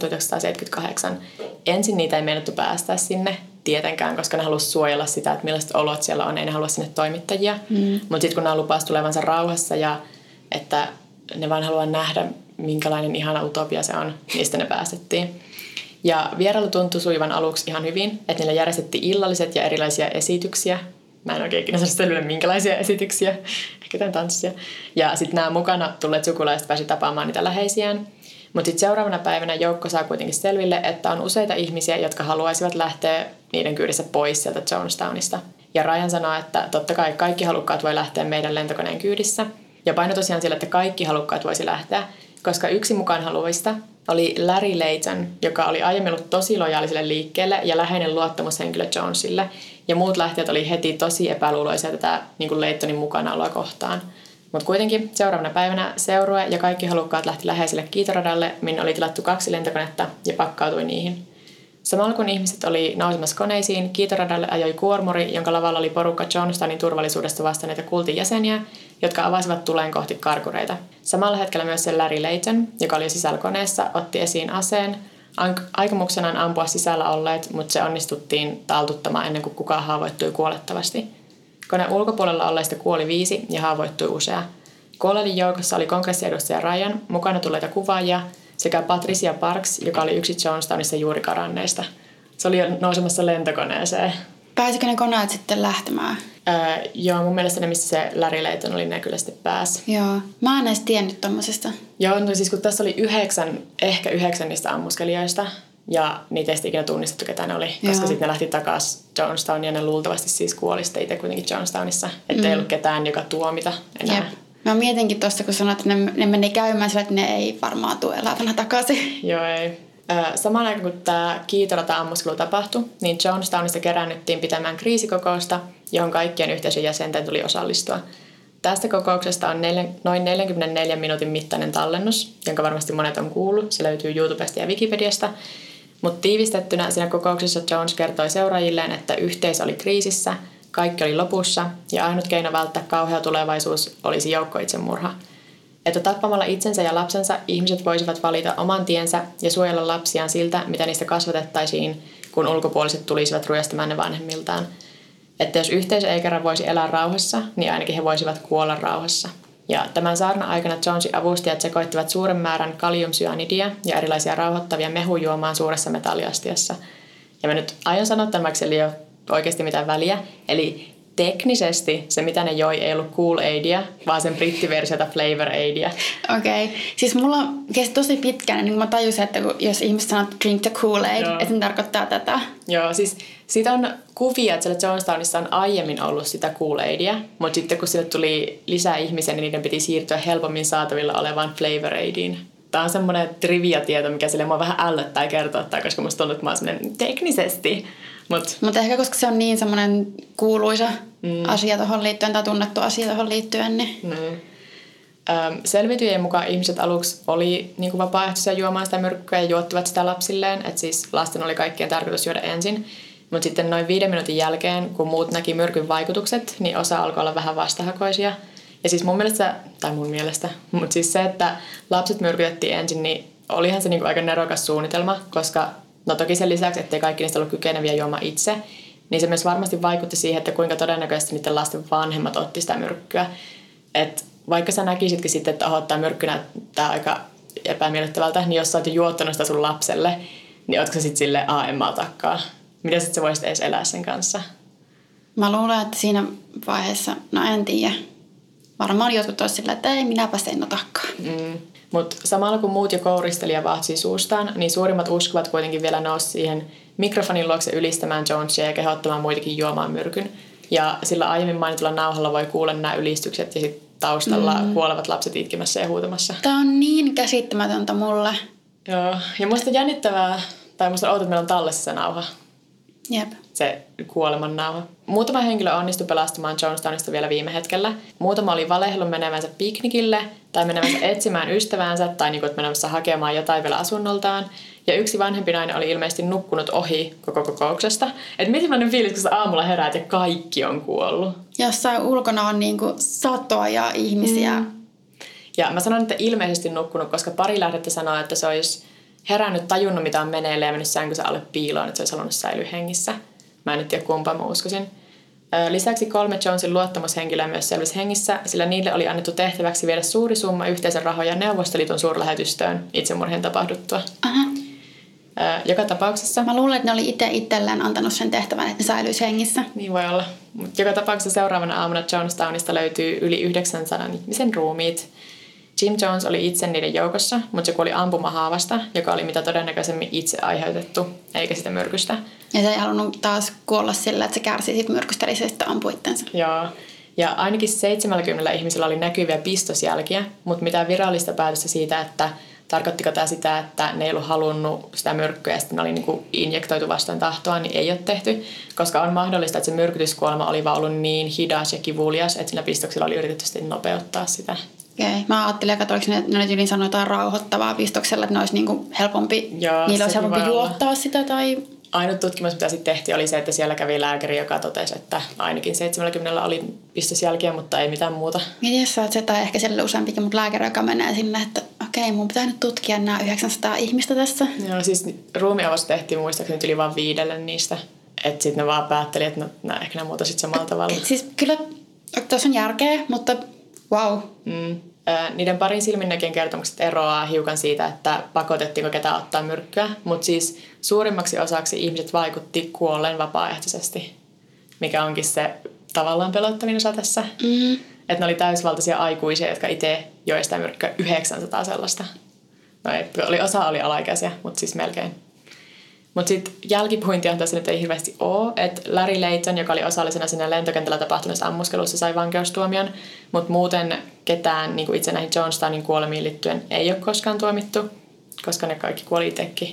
1978. Ensin niitä ei meinattu päästää sinne tietenkään, koska ne halusivat suojella sitä, että millaiset olot siellä on, ei ne halua sinne toimittajia. Mutta sitten kun ne lupasi tulevansa rauhassa ja että ne vaan haluaa nähdä, minkälainen ihana utopia se on, niistä ne päästettiin. Ja vierailu tuntui suivan aluksi ihan hyvin, että niillä järjestettiin illalliset ja erilaisia esityksiä. Mä en oikein ikinä saanut selville, minkälaisia esityksiä, ehkä jotain tanssia. Ja sitten nämä mukana tulleet sukulaiset pääsi tapaamaan niitä läheisiään. Mutta sitten seuraavana päivänä joukko saa kuitenkin selville, että on useita ihmisiä, jotka haluaisivat lähteä niiden kyydissä pois sieltä Jonestownista. Ja Ryan sanoo, että totta kai kaikki halukkaat voi lähteä meidän lentokoneen kyydissä. Ja paino tosiaan sillä, että kaikki halukkaat voisi lähteä, koska yksi mukaan haluavista oli Larry Layton, joka oli aiemmin ollut tosi lojaaliselle liikkeelle ja läheinen luottamushenkilö Jonesille. Ja muut lähtijät oli heti tosi epäluuloisia tätä niin kuin Laytonin mukanaoloa kohtaan. Mutta kuitenkin seuraavana päivänä seurue ja kaikki halukkaat lähti läheiselle kiitoradalle, minne oli tilattu 2 lentokonetta ja pakkautui niihin. Samalla kun ihmiset oli nousemassa koneisiin, kiitoradalle ajoi kuormuri, jonka lavalla oli porukka Jonestownin turvallisuudesta vastanneita kultin jäseniä, jotka avasivat tuleen kohti karkureita. Samalla hetkellä myös se Larry Layton, joka oli sisällä koneessa, otti esiin aseen, aikomuksenaan ampua sisällä olleet, mutta se onnistuttiin taltuttamaan ennen kuin kukaan haavoittui kuolettavasti. Koneen ulkopuolella olleista kuoli 5 ja haavoittui usea. Kuolleiden joukossa oli kongressiedustaja Ryan, mukana tulleita kuvaajia, sekä Patricia Parks, joka oli yksi Jonestownissa juuri karanneista. Se oli jo nousemassa lentokoneeseen. Pääsikö ne koneet sitten lähtemään? Joo, mun mielestä ne, missä se Larry Layton oli, ne kyllä sitten pääsi. Joo, mä en edes tiennyt tommosesta. Joo, no siis kun tässä oli 9 niistä ammuskelijoista, ja niitä ei ikinä tunnistettu, ketä ne oli, koska sitten ne lähti takaisin Jonestowniin, ja ne luultavasti siis kuoli sitten itse kuitenkin Jonestownissa, ettei ollut ketään, joka tuomita enää. Jep. Mä mietinkin tuosta, kun sanoit, että ne meni käymään sillä, että ne ei varmaan tule elävänä takaisin. Joo, ei. Samaan aikaan kun tämä kiitolata-ammuskelu tapahtui, niin Jonestownista keräännyttiin pitämään kriisikokousta, johon kaikkien yhteisön jäsenten tuli osallistua. Tästä kokouksesta on noin 44 minuutin mittainen tallennus, jonka varmasti monet on kuullut. Se löytyy YouTubesta ja Wikipediasta. Mutta tiivistettynä siinä kokouksessa Jones kertoi seuraajilleen, että yhteisö oli kriisissä, kaikki oli lopussa ja ainut keino välttää kauhea tulevaisuus olisi joukkoitsemurha. Että tappamalla itsensä ja lapsensa ihmiset voisivat valita oman tiensä ja suojella lapsiaan siltä, mitä niistä kasvatettaisiin, kun ulkopuoliset tulisivat ryöstämään ne vanhemmiltaan. Että jos yhteisö ei kerran voisi elää rauhassa, niin ainakin he voisivat kuolla rauhassa. Ja tämän saarnan aikana Jonesin avustajat sekoittivat suuren määrän kaliumsyanidia ja erilaisia rauhoittavia mehujuomaan suuressa metalliastiassa. Ja mä nyt aion sanoa tämän, vaikka sillä ei ole oikeasti mitään väliä. Eli teknisesti se, mitä ne joi, ei ollut Kool-Aidia, vaan sen brittiversiota Flavor Aidia. Okei. Siis mulla kesti tosi pitkään, niin kun mä tajusin, että jos ihmiset sanoo drink the Kool-Aid, että ne tarkoittaa tätä. Joo, siis siitä on kuvia, että siellä Jonestownissa on aiemmin ollut sitä Kool-Aidia, mutta sitten kun sille tuli lisää ihmisiä, niin niiden piti siirtyä helpommin saatavilla olevaan Flavor Aidiin. Tämä on semmoinen trivia-tieto, mikä sille mua vähän ällöttää kertoa, koska musta tuntuu, että mä oon semmoinen teknisesti. Mutta ehkä koska se on niin semmoinen kuuluisa asia tuohon liittyen tai tunnettu asia tuohon liittyen. Niin. Selvityjien mukaan ihmiset aluksi oli niin kuin vapaaehtoisia juomaan sitä myrkkyä ja juottivat sitä lapsilleen. Että siis lasten oli kaikkien tarkoitus juoda ensin. Mutta sitten noin 5 minuutin jälkeen, kun muut näki myrkyn vaikutukset, niin osa alkoi olla vähän vastahakoisia. Ja siis mun mielestä, mutta siis se, että lapset myrkytettiin ensin, niin olihan se niin kuin aika nerokas suunnitelma, koska no toki sen lisäksi, ettei kaikki niistä ollut kykeneviä juomaan itse, niin se myös varmasti vaikutti siihen, että kuinka todennäköisesti niiden lasten vanhemmat otti sitä myrkkyä. Et vaikka sä näkisitkin sitten, että tämä myrkky näyttää aika epämiellyttävältä, niin jos sä oot jo juottanut sitä sun lapselle, niin ootko sä sitten silleen, en mä otakaan. Miten sitten sä voisit edes elää sen kanssa? Mä luulen, että siinä vaiheessa, no en tiedä. Varmaan jotkut olisivat sillä, että ei minäpä en otakaan. Mutta samalla kun muut jo kouristeli ja vahtsi suustaan, niin suurimmat uskovat kuitenkin vielä nousi siihen mikrofonin luokse ylistämään Jonesia ja kehottamaan muitakin juomaan myrkyn. Ja sillä aiemmin mainitulla nauhalla voi kuulla nämä ylistykset ja sitten taustalla kuolevat lapset itkemässä ja huutamassa. Tämä on niin käsittämätöntä mulle. Joo, ja musta jännittävää, tai musta outo, että meillä on tallessa se nauha. Jep. Se kuoleman nauha. Muutama henkilö onnistui pelastamaan Jonestownista vielä viime hetkellä. Muutama oli valehdellut menevänsä piknikille tai menevänsä etsimään ystäväänsä tai niin kuin, menevänsä hakemaan jotain vielä asunnoltaan. Ja yksi vanhempi nainen oli ilmeisesti nukkunut ohi koko kokouksesta. Että miten sellainen fiilis, kun sä aamulla heräät ja kaikki on kuollut. Jossain ulkona on niin kuin satoja ihmisiä. Ja mä sanon, että ilmeisesti nukkunut, koska pari lähdettä sanoo, että se olisi herännyt, tajunnut mitä on meneillä ja mennyt sänkynsä alle piiloon, että se olisi halunnut säilyä hengissä. Mä en nyt tiedä kumpaa mä uskoisin. Lisäksi 3 Jonesin luottamushenkilöä myös selvisi hengissä, sillä niille oli annettu tehtäväksi viedä suuri summa yhteisen rahoja Neuvostoliiton suurlähetystöön itsemurhien tapahduttua. Joka tapauksessa... Mä luulen, että ne oli itselleen antanut sen tehtävän, että ne säilyisi hengissä. Niin voi olla. Mutta joka tapauksessa seuraavana aamuna Jonestownista löytyy yli 900 ihmisen ruumiit. Jim Jones oli itse niiden joukossa, mutta se kuoli ampumahaavasta, joka oli mitä todennäköisemmin itse aiheutettu, eikä sitä myrkystä. Ja se ei halunnut taas kuolla sillä, että se kärsi siitä myrkystä, eli se sitten ampui itseensä. Joo. Ja ainakin 70 ihmisillä oli näkyviä pistosjälkiä, mutta mitään virallista päätöstä siitä, että tarkoittiko tämä sitä, että ne ei ollut halunnut sitä myrkkyä ja sitten ne oli niinku injektoitu vastoin tahtoa, niin ei ole tehty. Koska on mahdollista, että se myrkytyskuolema oli vaan ollut niin hidas ja kivulias, että sillä pistoksilla oli yritetty sitten nopeuttaa sitä. Okei. Mä ajattelin, että ne yli sanoi jotain rauhoittavaa pistoksella, että ne olisi niinku helpompi, niillä olisi helpompi juottaa sitä tai... Ainut tutkimus, mitä sitten tehtiin, oli se, että siellä kävi lääkäri, joka totesi, että ainakin 70 oli pistosjälkiä, mutta ei mitään muuta. Miten sä oot se, tai ehkä siellä useampikin, mutta lääkäri, joka menee sinne, että okei, mun pitää nyt tutkia nämä 900 ihmistä tässä. Joo, siis ruumiavaus tehtiin muistaakseni yli vaan 5 niistä. Että sitten ne vaan päätteli, että ehkä ne muuta sitten samalla tavalla. Siis kyllä tuossa on järkeä, mutta wow. Niiden parin silminnäkijän kertomukset eroaa hiukan siitä, että pakotettiinko ketään ottaa myrkkyä, mutta siis suurimmaksi osaksi ihmiset vaikutti kuolleen vapaaehtoisesti, mikä onkin se tavallaan pelottavin osa tässä. Että ne oli täysvaltaisia aikuisia, jotka itse joi sitä myrkkyä 900 sellaista. No ei, osa oli alaikäisiä, mutta siis melkein. Mutta sitten jälkipuintihan tässä nyt ei hirveästi ole, että Larry Layton, joka oli osallisena siinä lentokentällä tapahtuneessa ammuskelussa, sai vankeustuomion, mutta muuten ketään niin itse näihin Jonestownin kuolemiin liittyen ei ole koskaan tuomittu, koska ne kaikki kuoli itsekin.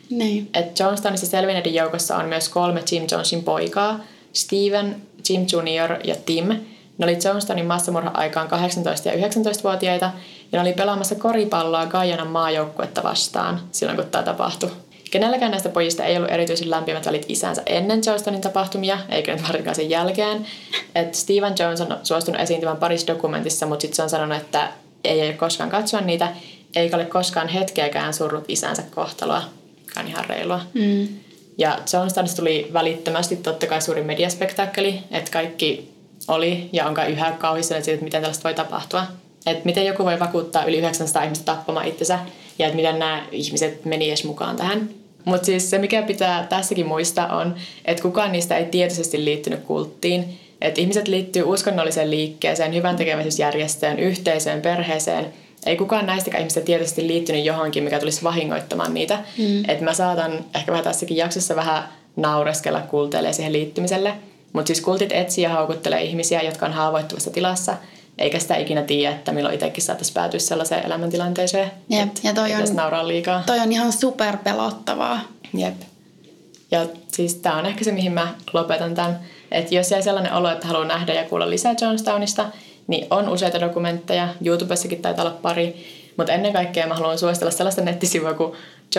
Niin. Et Jonestownissa selvinneiden joukossa on myös 3 Jim Jonesin poikaa, Steven, Jim Jr. ja Tim. Ne oli Jonestownin massamurha-aikaan 18- ja 19-vuotiaita ja ne oli pelaamassa koripalloa Guyanan maajoukkuetta vastaan silloin, kun tämä tapahtui. Kenelläkään näistä pojista ei ollut erityisen lämpimät välit isänsä ennen Jonestownin tapahtumia, eikä nyt varsinkaan sen jälkeen. Et Steven Jones on suostunut esiintymään parissa dokumentissa, mutta sitten se on sanonut, että ei ole koskaan katsoa niitä, eikä ole koskaan hetkeäkään surrut isänsä kohtaloa. On ihan reilua. Ja Jonestownista tuli välittömästi totta kai suuri mediaspektaakkeli, että kaikki oli ja onkaan yhä kauhistuneet siitä, että miten tällaista voi tapahtua. Että miten joku voi vakuuttaa yli 900 ihmistä tappamaan itsensä ja että miten nämä ihmiset meni edes mukaan tähän. Mutta siis se, mikä pitää tässäkin muistaa on, että kukaan niistä ei tietoisesti liittynyt kulttiin. Että ihmiset liittyy uskonnolliseen liikkeeseen, hyväntekeväisyysjärjestöön, yhteisöön, perheeseen. Ei kukaan näistäkään ihmistä tietoisesti liittynyt johonkin, mikä tulisi vahingoittamaan niitä. Että mä saatan ehkä vähän tässäkin jaksossa vähän naureskella kulteille ja siihen liittymiselle. Mutta siis kultit etsii ja haukuttelee ihmisiä, jotka on haavoittuvassa tilassa, eikä sitä ikinä tiedä, että milloin itsekin saattaisi päätyä sellaiseen elämäntilanteeseen. Jep. Ja toi on, nauraa liikaa. Toi on ihan super pelottavaa. Jep. Ja siis tää on ehkä se, mihin mä lopetan tämän. Että jos jäi sellainen olo, että haluaa nähdä ja kuulla lisää Jonestownista, niin on useita dokumentteja. YouTubessakin taitaa olla pari. Mutta ennen kaikkea mä haluan suositella sellaista nettisivua kuin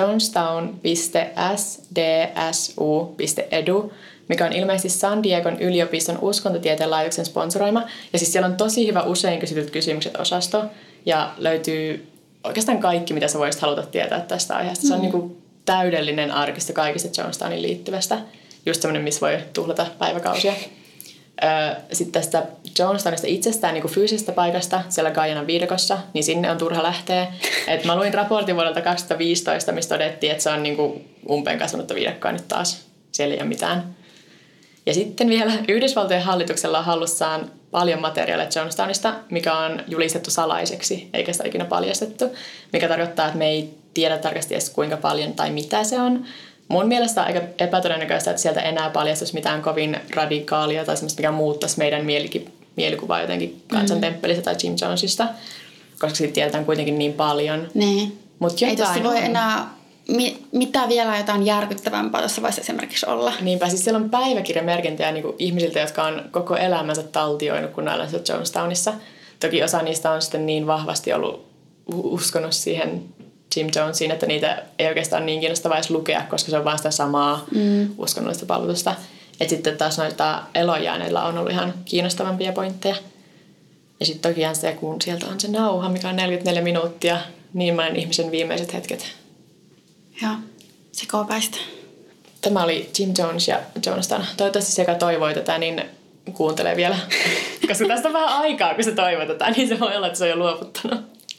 jonestown.sdsu.edu, mikä on ilmeisesti San Diegon yliopiston uskontotieteen laitoksen sponsoroima. Ja siis siellä on tosi hyvä usein kysytyt kysymykset -osasto. Ja löytyy oikeastaan kaikki, mitä sä voisit haluta tietää tästä aiheesta. Se on niinku täydellinen arkisto kaikista Jonestownin liittyvästä. Just semmoinen, missä voi tuhlata päiväkausia. Sitten tästä Jonestownista itsestään niin kuin fyysisestä paikasta siellä Guyanan viidakossa, niin sinne on turha lähteä. Et mä luin raportin vuodelta 2015, missä todettiin, että se on niin kuin umpeen kasvanutta viidakkoa nyt taas. Siellä ei ole mitään. Ja sitten vielä Yhdysvaltojen hallituksella on hallussaan paljon materiaalia Jonestownista, mikä on julistettu salaiseksi, eikä sitä ikinä paljastettu. Mikä tarkoittaa, että me ei tiedä tarkasti edes kuinka paljon tai mitä se on. Mun mielestä on aika epätodennäköistä, että sieltä enää paljastuisi mitään kovin radikaalia tai semmoista, mikä muuttaisi meidän mielikuvaa jotenkin kansantemppelistä tai Jim Jonesista, koska siitä tiedetään kuitenkin niin paljon. Niin. Mut ei tuossa voi enää, mitä vielä jotain järkyttävämpää tuossa voisi esimerkiksi olla. Niinpä, siis siellä on päiväkirjamerkintöjä niin kuin ihmisiltä, jotka on koko elämänsä taltioinut, kun näillä on Jonestownissa. Toki osa niistä on sitten niin vahvasti ollut uskonut siihen Jim Jonesiin, että niitä ei oikeastaan niin kiinnostavaa edes lukea, koska se on vaan sitä samaa uskonnollista palvelusta. Et sitten taas noita elojääneillä on ollut ihan kiinnostavampia pointteja. Ja sitten tokihan se, kun sieltä on se nauha, mikä on 44 minuuttia, niin monen ihmisen viimeiset hetket. Joo, sekopäistä. Tämä oli Jim Jones ja Jonestown. Toivottavasti se, joka toivoi tätä, niin kuuntelee vielä. Koska tästä on vähän aikaa, kun se toivoi tätä, niin se voi olla, että se on jo luovuttanut.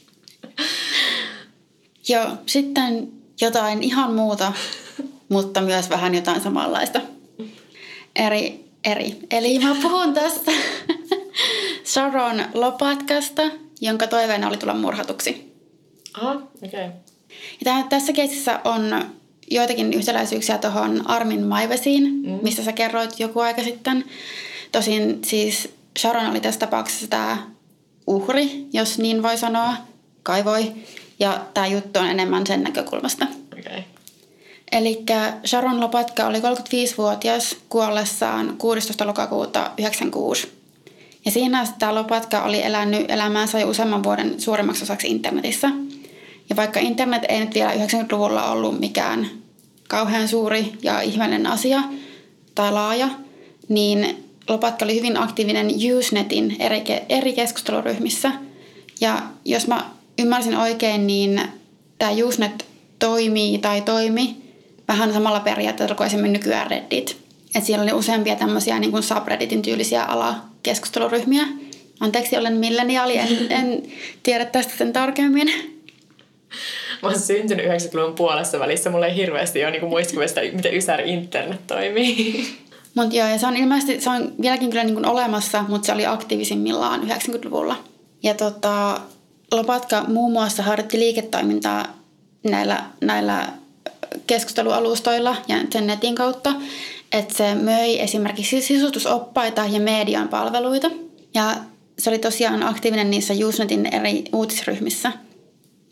Joo, sitten jotain ihan muuta, mutta myös vähän jotain samanlaista. Eli mä puhun tästä Sharon Lopatkasta, jonka toiveena oli tulla murhatuksi. Aha, okei. Okay. Ja tässä keississä on joitakin yhtäläisyyksiä tuohon Armin Maivesiin, mistä sä kerroit joku aika sitten. Tosin siis Sharon oli tässä tapauksessa tämä uhri, jos niin voi sanoa, kai voi. Ja tämä juttu on enemmän sen näkökulmasta. Okay. Elikkä Sharon Lopatka oli 35-vuotias kuollessaan 16. lokakuuta 1996. Ja siinä tämä Lopatka oli elänyt elämäänsä jo useamman vuoden suurimmaksi osaksi internetissä. Ja vaikka internet ei nyt vielä 90-luvulla ollut mikään kauhean suuri ja ihmeellinen asia tai laaja, niin Lopatka oli hyvin aktiivinen Usenetin eri keskusteluryhmissä. Ja jos mä ymmärsin oikein, niin tämä Usenet toimi vähän samalla periaatteella kuin esimerkiksi nykyään Reddit. Että siellä oli useampia tämmöisiä niin kuin subredditin tyylisiä alakeskusteluryhmiä. Anteeksi, olen milleniaali, en tiedä tästä sen tarkemmin. Mä oon syntynyt 90-luvun puolessa välissä. Mulla ei hirveästi ole niin muistikuvista, miten ysäri internet toimii. Mutta joo, ja se on ilmeisesti, se on vieläkin kyllä niin kuin olemassa, mutta se oli aktiivisimmillaan 90-luvulla. Ja Lopatka muun muassa harjoitti liiketoimintaa näillä keskustelualustoilla ja sen netin kautta, että se möi esimerkiksi sisustusoppaita ja median palveluita. Ja se oli tosiaan aktiivinen niissä Usenetin eri uutisryhmissä.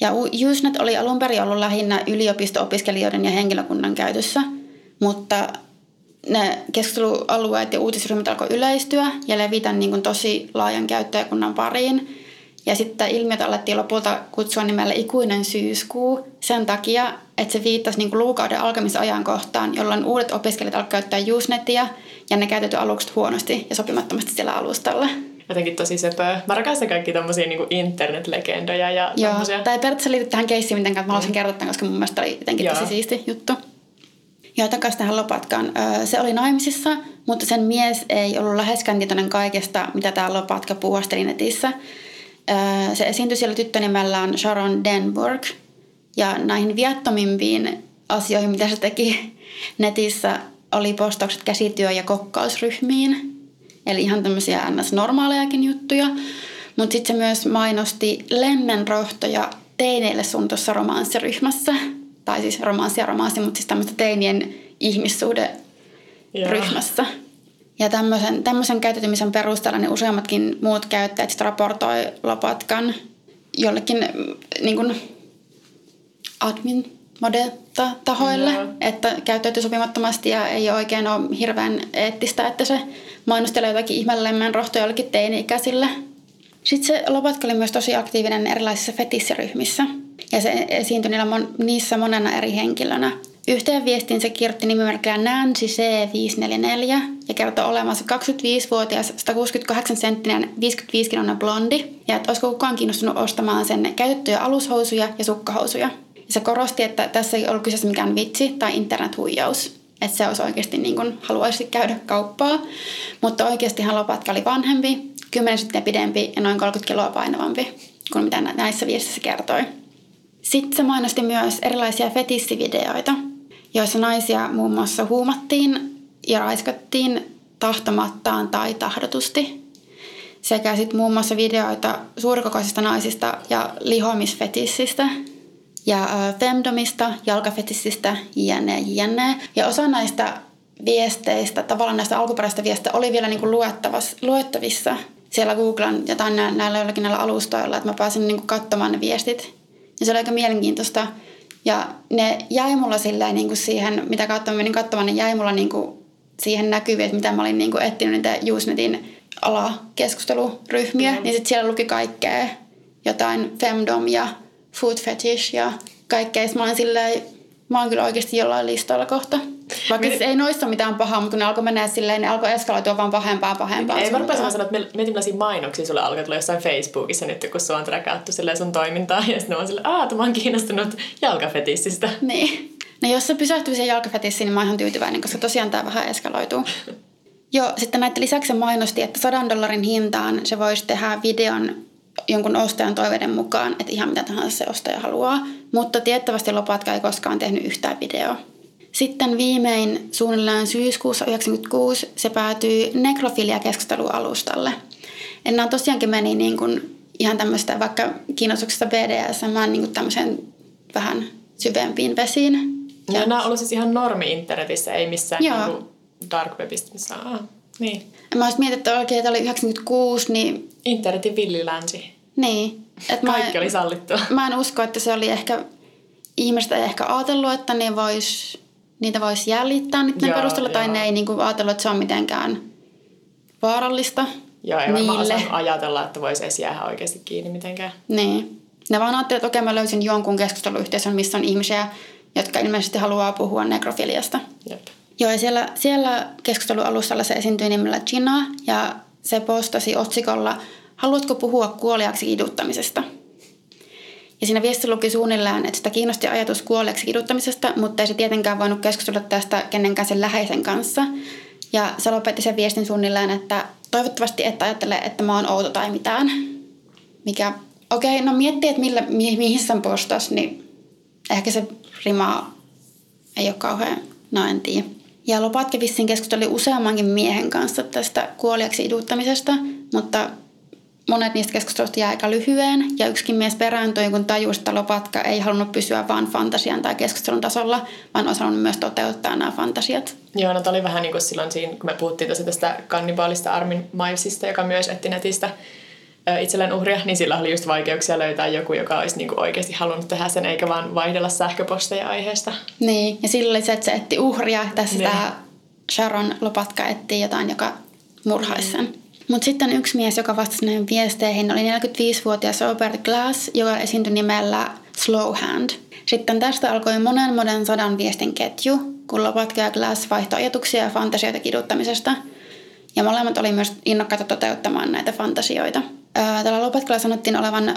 Ja Usenet oli alun perin ollut lähinnä yliopisto-opiskelijoiden ja henkilökunnan käytössä, mutta ne keskustelualueet ja uutisryhmät alkoi yleistyä ja levitä niin kuin tosi laajan käyttäjäkunnan pariin. Ja sitten ilmiötä alettiin lopulta kutsua nimellä ikuinen syyskuu sen takia, että se viittasi niin kuin lukukauden alkamisajankohtaan, jolloin uudet opiskelijat alkoivat käyttää Usenetia ja ne käytetty alukset huonosti ja sopimattomasti siellä alustalla. Jotenkin tosi söpöä. Mä rakastan kaikki tommosia niin internet-legendoja ja tommosia. Tämä ei periaatteessa liity tähän keissiin mitenkään, mä haluaisin kertoa tämän, koska mun mielestä oli jotenkin tosi siisti juttu. Joo, takaisin tähän Lopatkaan. Se oli naimisissa, mutta sen mies ei ollut läheskään tietoinen kaikesta, mitä tämä Lopatka puuhasteli netissä. Se esiintyi siellä tyttönimellään Sharon Denburg. Ja näihin viattomimpiin asioihin, mitä se teki netissä, oli postaukset käsityö- ja kokkausryhmiin. Eli ihan tämmöisiä ns-normaalejakin juttuja. Mutta sitten se myös mainosti lemmenrohtoja teineille suunnatussa romanssiryhmässä. Tai siis romanssi, mutta siis tämmöistä teinien ihmissuhderyhmässä. Ja tämmöisen käyttäytymisen perusteella niin useammatkin muut käyttäjät sit raportoi Lopatkan jollekin niin kuin admin-tahoille, että käyttäytyy sopimattomasti ja ei oikein ole hirveän eettistä, että se mainostelee jotakin ihmeellemmän rohtoja jollekin teini-ikäisille. Sitten se Lopatka oli myös tosi aktiivinen erilaisissa fetissiryhmissä ja se esiintyi niissä monena eri henkilönä. Yhteen viestiin se kirjoitti nimimerkillä Nancy C544 ja kertoi olevansa 25-vuotias, 168-senttinen, 55-kiloinen blondi ja että olisiko kukaan kiinnostunut ostamaan sen käytettyjä alushousuja ja sukkahousuja. Ja se korosti, että tässä ei ollut kyseessä mikään vitsi tai internethuijaus. Että se olisi oikeasti niin kuin haluaisi käydä kauppaa, mutta oikeastihan Lopatka oli vanhempi, 10 senttiä pidempi ja noin 30 kiloa painavampi kuin mitä näissä viestissä kertoi. Sitten se mainosti myös erilaisia fetissivideoita, joissa naisia muun muassa huumattiin ja raiskattiin tahtomattaan tai tahdotusti. Sekä sitten muun muassa videoita suurikokoisista naisista ja lihomisfetissistä ja femdomista, jalkafetissistä, jne. Ja osa näistä viesteistä, tavallaan näistä alkuperäisistä viesteistä oli vielä niin kuin luettavissa siellä Googlen ja tai näillä alustoilla, että mä pääsin niin kuin katsomaan ne viestit. Ja se oli aika mielenkiintoista. Ja ne jäi mulla silleen niin kuin siihen, mitä kautta mä menin katsomaan, ne jäi mulla niin kuin siihen näkyviin, että mitä mä olin niin kuin etsinyt niitä Usenetin alakeskusteluryhmiä. Niin sitten siellä luki kaikkea, jotain femdom ja food fetish ja kaikkea. Mä olin silleen, mä oon kyllä oikeasti jollain listoilla kohta. Vaikka siis ei noissa mitään pahaa, mutta kun ne alkoi mennä silleen, ne alkoi eskaloitua vaan pahempaa. Ei mä rupesin sanoa, että mietin millaisia mainoksia sulle alkoi tulla jossain Facebookissa nyt, kun sua on träkätty sun toimintaa. Ja sitten mä oon silleen, että mä oon kiinnostunut jalkafetissistä. Niin. No jos se pysähtyy siihen jalkafetissiin, niin mä oon ihan tyytyväinen, koska tosiaan tää vähän eskaloituu. Joo, sitten näiden lisäksi se mainosti, että $100 hintaan se voisi tehdä videon jonkun ostajan toiveiden mukaan, että ihan mitä tahansa se ostaja haluaa. Mutta tiettävästi Lopatka ei koskaan tehnyt yhtään videoa. Sitten viimein suunnilleen syyskuussa 1996 se päätyi nekrofilia-keskustelualustalle. Nämä tosiaankin meni niin kuin ihan tämmöistä vaikka kiinnostuksesta BDSM niin kuin tämmöiseen vähän syvempiin vesiin. Ja nämä on ollut siis ihan normi internetissä, ei missään niin dark webistä missään. Niin. Mä olisin miettinyt, että oikein, että oli 1996, niin... Internetin villilänsi. Niin. Kaikki oli sallittua. Mä en usko, että se oli ehkä... Ihmiset ei ehkä ajatellut, että niitä voisi jäljittää niiden perusteella, tai ne ei niin kuin ajatellut, että se on mitenkään vaarallista. Joo, ei varmaan osannut ajatella, että voisi edes jäädä oikeasti kiinni mitenkään. Niin. Ne vaan ajattelivat, että okei, mä löysin jonkun keskusteluyhteisön, missä on ihmisiä, jotka ilmeisesti haluaa puhua nekrofiliasta. Jep. Joo, ja siellä keskustelualustalla se esiintyi nimellä Gina, ja se postasi otsikolla, haluatko puhua kuoliaksi kiduttamisesta? Ja siinä viesti luki suunnilleen, että sitä kiinnosti ajatus kuoliaksi kiduttamisesta, mutta ei se tietenkään voinut keskustella tästä kenenkään sen läheisen kanssa. Ja se lopetti sen viestin suunnilleen, että toivottavasti et ajattele, että mä oon outo tai mitään. Mikä, no miettii, että mihin sen postas, niin ehkä se rima ei ole kauhean, en tiedä. Ja Lopatka vissiin keskusteli useammankin miehen kanssa tästä kuoliaksi iduttamisesta, mutta monet niistä keskusteluista jää aika lyhyen, ja yksikin mies perääntyi, kun tajusi, että Lopatka ei halunnut pysyä vain fantasian tai keskustelun tasolla, vaan olisi halunnut myös toteuttaa nämä fantasiat. Joo, no oli vähän niin kuin silloin siinä, kun me puhuttiin tästä kannibaalista Armin Milesista, joka myös etti netistä itselleen uhria, niin sillä oli just vaikeuksia löytää joku, joka olisi niinku oikeasti halunnut tehdä sen, eikä vaan vaihdella sähköposteja aiheesta. Niin, ja silloin oli se, että se etti uhria. Tässä tämä Sharon Lopatka etsii jotain, joka murhaisi sen. Mutta sitten yksi mies, joka vastasi näihin viesteihin, oli 45-vuotias Robert Glass, joka esiintyi nimellä Slowhand. Sitten tästä alkoi monen 100 viestin ketju, kun Lopatka ja Glass vaihtoi ajatuksia ja fantasioita kiduttamisesta. Ja molemmat oli myös innokkaita toteuttamaan näitä fantasioita. Tällä Lopatkalla sanottiin olevan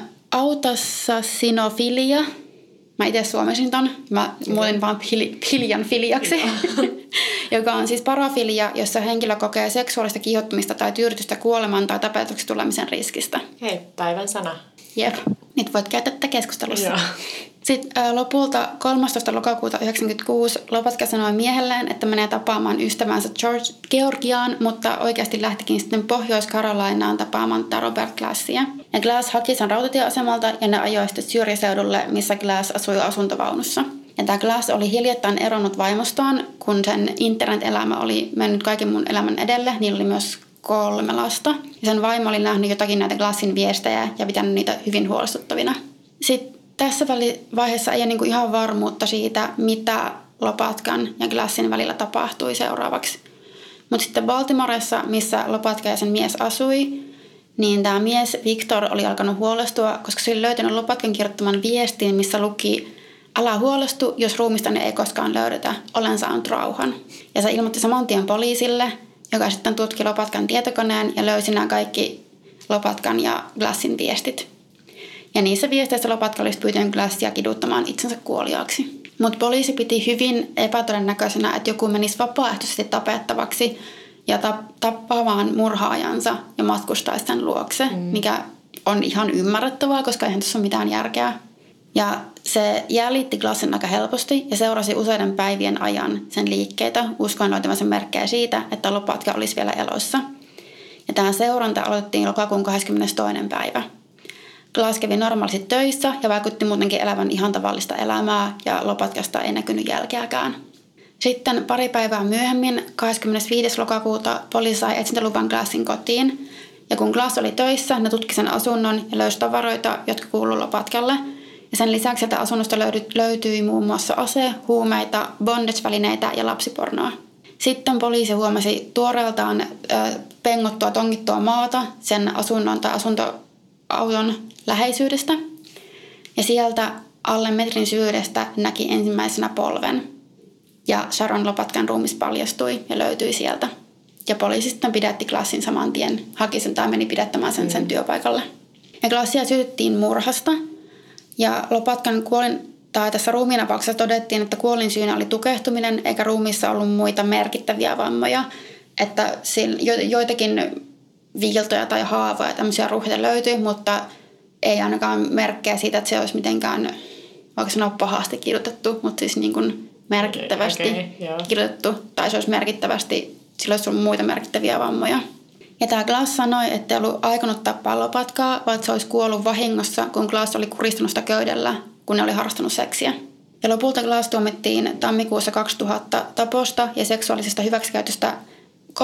autossasinofilia. Mä itse suomisin ton. Mä muolin vaan filian filiaksi. Joka on siis parafilia, jossa henkilö kokee seksuaalista kiihottumista tai tyydytystä kuoleman tai tapetuksi tulemisen riskistä. Hei, päivän sana. Jep. Nyt voit käyttää tätä keskustelussa. Joo. Sitten lopulta 13. lokakuuta 1996 Lopatka sanoi miehelleen, että menee tapaamaan ystävänsä Georgiaan, mutta oikeasti lähtikin sitten Pohjois-Carolinaan tapaamaan Robert Glassia. Ja Glass haki sen rautatieasemalta ja ne ajoi sitten Syrjäseudulle, missä Glass asui asuntovaunussa. Ja tämä Glass oli hiljattain eronnut vaimostaan, kun sen internet-elämä oli mennyt kaiken muun elämän edelle. Niillä oli myös 3 lasta. Ja sen vaimo oli nähnyt jotakin näitä Glassin viestejä ja pitänyt niitä hyvin huolestuttavina. Sitten tässä vaiheessa ei ole niinku ihan varmuutta siitä, mitä Lopatkan ja Glassin välillä tapahtui seuraavaksi. Mutta sitten Baltimoressa, missä Lopatka ja sen mies asui, niin tämä mies Victor oli alkanut huolestua, koska se oli löytänyt Lopatkan kirjoittaman viestin, missä luki: "Älä huolestu, jos ruumistani ei koskaan löydetä. Olen saanut rauhan." Ja se ilmoitti saman tien poliisille, joka sitten tutki Lopatkan tietokoneen ja löysi nämä kaikki Lopatkan ja Glassin viestit. Ja niissä viesteissä Lopatka olisi pyytänyt Glassia kiduttamaan itsensä kuoliaaksi. Mutta poliisi piti hyvin epätodennäköisenä, että joku menisi vapaaehtoisesti tapettavaksi ja tappamaan murhaajansa ja matkustaisi sen luokse, mikä on ihan ymmärrettävää, koska eihän tässä ole mitään järkeä. Ja se jäljitti Glassin aika helposti ja seurasi useiden päivien ajan sen liikkeitä, uskoen löytävänsä merkkejä siitä, että Lopatka olisi vielä elossa. Ja tämä seuranta aloitettiin lokakuun 22. päivä. Glass kävi normaalisti töissä ja vaikutti muutenkin elävän ihan tavallista elämää ja Lopatkasta ei näkynyt jälkeäkään. Sitten pari päivää myöhemmin, 25. lokakuuta, poliisi sai etsintäluvan Glassin kotiin. Ja kun Glass oli töissä, ne tutki sen asunnon ja löysi tavaroita, jotka kuuluivat Lopatkalle. Ja sen lisäksi sieltä asunnosta löytyi muun muassa ase, huumeita, bondage-välineitä ja lapsipornoa. Sitten poliisi huomasi tuoreeltaan pengottua, tongittua maata sen asunnon tai asuntoauton läheisyydestä. Ja sieltä alle metrin syvyydestä näki ensimmäisenä polven. Ja Sharon Lopatkan ruumis paljastui ja löytyi sieltä. Ja poliisi sitten pidätti Glassin saman tien, haki sen tai meni pidättämään sen työpaikalle. Ja Glassia syytettiin murhasta. Ja Lopatkan tässä ruumiinapauksessa todettiin, että kuolinsyynä oli tukehtuminen, eikä ruumiissa ollut muita merkittäviä vammoja. Että joitakin viiltoja tai haavoja, tämmöisiä ruuhia löytyi, mutta ei ainakaan merkkejä siitä, että se olisi mitenkään, voiko sanoa pahasti kidutettu, mutta siis niin kuin merkittävästi kidutettu, tai se olisi merkittävästi, sillä olisi ollut muita merkittäviä vammoja. Ja tämä Glass sanoi, että ei ollut aikonut tappaa Lopatkaa, vaan se olisi kuollut vahingossa, kun Glass oli kuristunut sitä köydellä, kun ne oli harrastanut seksiä. Ja lopulta Glass tuomittiin tammikuussa 2000 taposta ja seksuaalisesta hyväksikäytöstä 36-53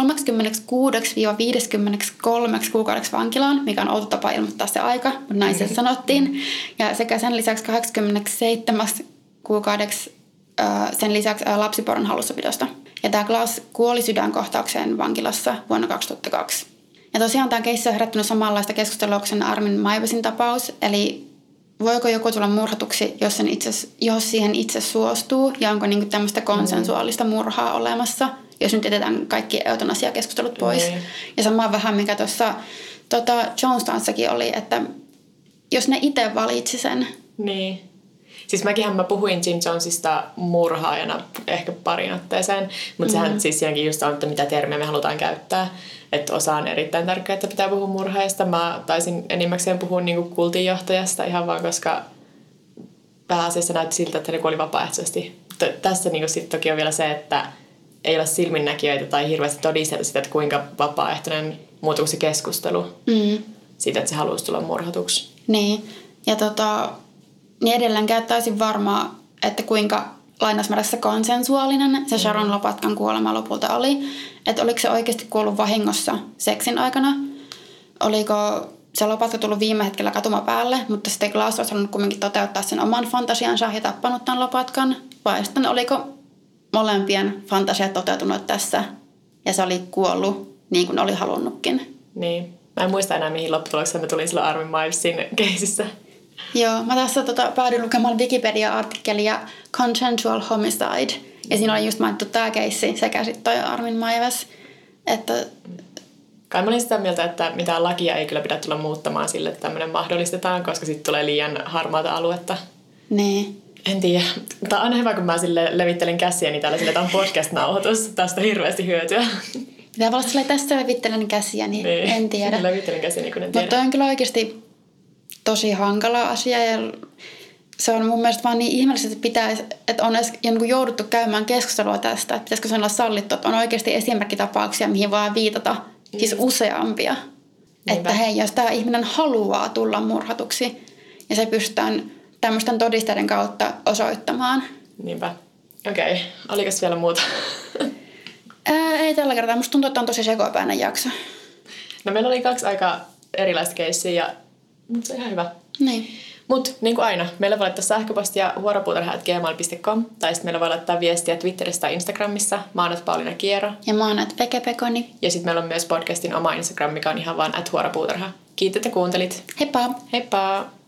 kuukaudeksi vankilaan, mikä on outo tapa ilmoittaa se aika, mutta näin se sanottiin. Ja sekä sen lisäksi 87 kuukaudeksi sen lisäksi lapsiporon hallussapidosta. Ja tämä Glass kuoli sydänkohtaukseen vankilassa vuonna 2002. Ja tosiaan tämä keissi on herättänyt samanlaista keskustelua kuin sen Armin Maivesin tapaus. Eli voiko joku tulla murhatuksi, jos siihen itse suostuu? Ja onko niinku tämmöistä konsensuaalista murhaa olemassa, jos nyt jätetään kaikki eutanasiakeskustelut pois? Ja sama vähän, mikä tuossa Jonestownssakin oli, että jos ne itse valitsi sen. Niin. Siis mä puhuin Jim Jonesista murhaajana ehkä parin otteeseen, mutta sehän siis siinäkin just on, että mitä termiä me halutaan käyttää. Että osa on erittäin tärkeää, että pitää puhua murhaajasta. Mä taisin enimmäkseen puhua niinku kultinjohtajasta ihan vaan, koska pääasiassa näytti siltä, että ne kuoli vapaaehtoisesti. Tässä niinku sit toki on vielä se, että ei ole silminnäkijöitä tai hirveästi todisteita sitä, että kuinka vapaaehtoinen muuttuu se keskustelu siitä, että se haluaisi tulla murhatuksi. Niin, ja niin edelleen täysin varmaa, että kuinka lainausmerkissä konsensuaalinen se Sharon Lopatkan kuolema lopulta oli. Että oliko se oikeasti kuollut vahingossa seksin aikana? Oliko se lopatka tullut viime hetkellä katumapäälle, mutta sitten Glass olisi halunnut kuitenkin toteuttaa sen oman fantasiansa ja tappanut tämän lopatkan. Vai sitten oliko molempien fantasiat toteutunut tässä ja se oli kuollut niin kuin oli halunnutkin. Niin. Mä en muista enää, mihin lopputulokseen mä tulin silloin Armin Milesin keisissä. Joo, mä tässä päädyin lukemaan Wikipedia-artikkelia Consensual Homicide. Ja siinä oli just mainittu tämä keissi sekä sitten toi Armin Maives. Että kai mä olin sitä mieltä, että mitään lakia ei kyllä pidä tulla muuttamaan sille, että tämmöinen mahdollistetaan, koska sitten tulee liian harmaata aluetta. niin. En tiedä. Mutta on aina hyvä, kun mä sille levittelin käsiäni täällä sille, että on podcast-nauhoitus. Tästä on hirveästi hyötyä. Pitää olla silleen, tässä levittelen käsiä, niin en tiedä. Levittelin käsiäni, kun en tiedä. Mutta on kyllä oikeasti tosi hankala asia ja se on mun mielestä vaan niin ihmeellistä, että on edes jouduttu käymään keskustelua tästä, että pitäisikö se olla sallittu, että on oikeasti esimerkkitapauksia, mihin vaan viitata, siis useampia. Niinpä. Että hei, jos tämä ihminen haluaa tulla murhatuksi ja se pystytään tämmöisten todisteiden kautta osoittamaan. Niinpä. Okei. Oliko vielä muuta? Ei tällä kertaa. Musta tuntuu, että on tosi sekopäinen jakso. No meillä oli 2 aika erilaista keissiä, mutta se on ihan hyvä. Niin. Mutta niin kuin aina, meillä voi laittaa sähköpostia huoropuutarha@gmail.com tai sitten meillä voi laittaa viestiä Twitterissä tai Instagramissa. Mä oon Pauliina Kiero. Ja mä oon @vekepekoni. Ja sitten meillä on myös podcastin oma Instagram, mikä on ihan vaan @huoropuutarha. Kiitos, että kuuntelit. Heippa! Heippa!